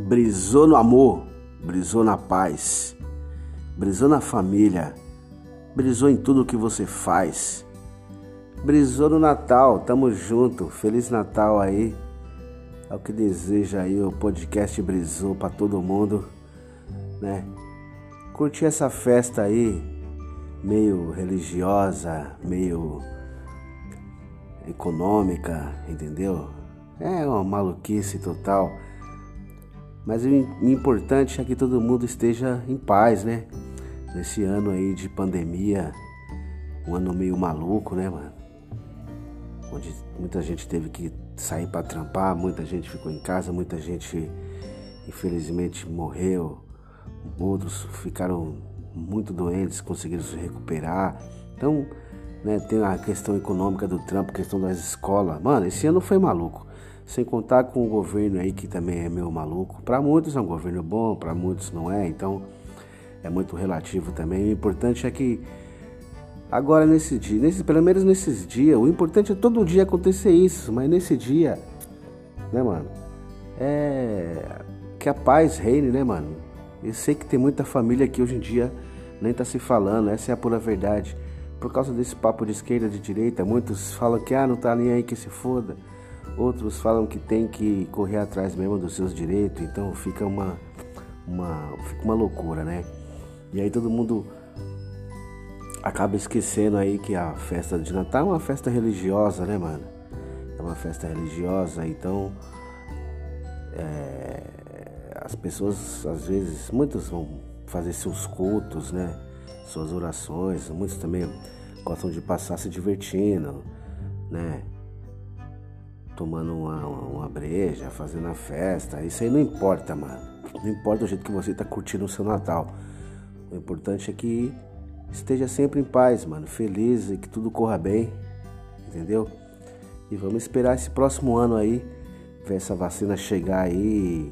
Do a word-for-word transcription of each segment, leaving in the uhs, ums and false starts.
Brisou no amor, brisou na paz, brisou na família, brisou em tudo que você faz. Brisou no Natal, tamo junto, Feliz Natal aí. É o que deseja aí o podcast Brisou pra todo mundo, né? Curtir essa festa aí, meio religiosa, meio econômica, entendeu? É uma maluquice total. Mas o importante é que todo mundo esteja em paz, né? Nesse ano aí de pandemia, um ano meio maluco, né, mano? Onde muita gente teve que sair para trampar, muita gente ficou em casa, muita gente infelizmente morreu, outros ficaram muito doentes, conseguiram se recuperar. Então, né, tem a questão econômica do trampo, a questão das escolas. Mano, esse ano foi maluco. Sem contar com o governo aí que também é meio maluco. Para muitos é um governo bom, para muitos não é, então é muito relativo também. O importante é que agora nesse dia, nesse, pelo menos nesses dias, o importante é todo dia acontecer isso, mas nesse dia, né, mano, é que a paz reine, né, mano? Eu sei que tem muita família que hoje em dia nem tá se falando, essa é a pura verdade. Por causa desse papo de esquerda, de direita, muitos falam que ah, não tá nem aí que se foda. Outros falam que tem que correr atrás mesmo dos seus direitos, então fica uma, uma, fica uma loucura, né? E aí todo mundo acaba esquecendo aí que a festa de Natal é uma festa religiosa, né, mano? É uma festa religiosa, então é, as pessoas às vezes, muitos vão fazer seus cultos, né? Suas orações, muitos também gostam de passar se divertindo, né? Tomando uma, uma breja, fazendo a festa. Isso aí não importa, mano. Não importa o jeito que você tá curtindo o seu Natal. O importante é que esteja sempre em paz, mano. Feliz e que tudo corra bem. Entendeu? E vamos esperar esse próximo ano aí, ver essa vacina chegar aí.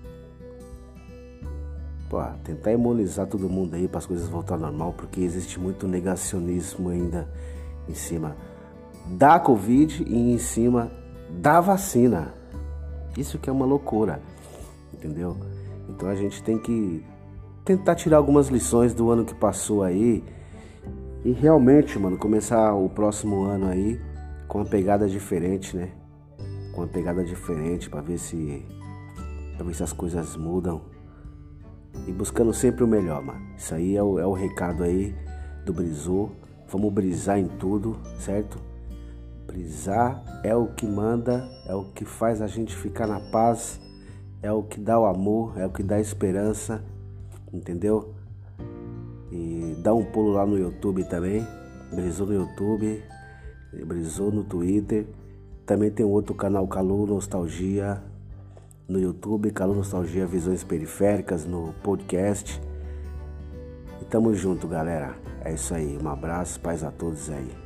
Pô, tentar imunizar todo mundo aí para as coisas voltar ao normal, porque existe muito negacionismo ainda em cima da Covid e em cima da vacina. Isso que é uma loucura, entendeu? Então a gente tem que tentar tirar algumas lições do ano que passou aí e realmente, mano, começar o próximo ano aí com uma pegada diferente, né? Com uma pegada diferente para ver se para ver se as coisas mudam e buscando sempre o melhor, mano. Isso aí é o, é o recado aí do Brisou. Vamos brisar em tudo, certo? Brisar é o que manda, é o que faz a gente ficar na paz, é o que dá o amor, é o que dá a esperança, entendeu? E dá um pulo lá no YouTube também, Brisou no YouTube, Brisou no Twitter. Também tem um outro canal, Calu Nostalgia, no YouTube, Calu Nostalgia Visões Periféricas, no podcast. E tamo junto, galera. É isso aí, um abraço, paz a todos aí.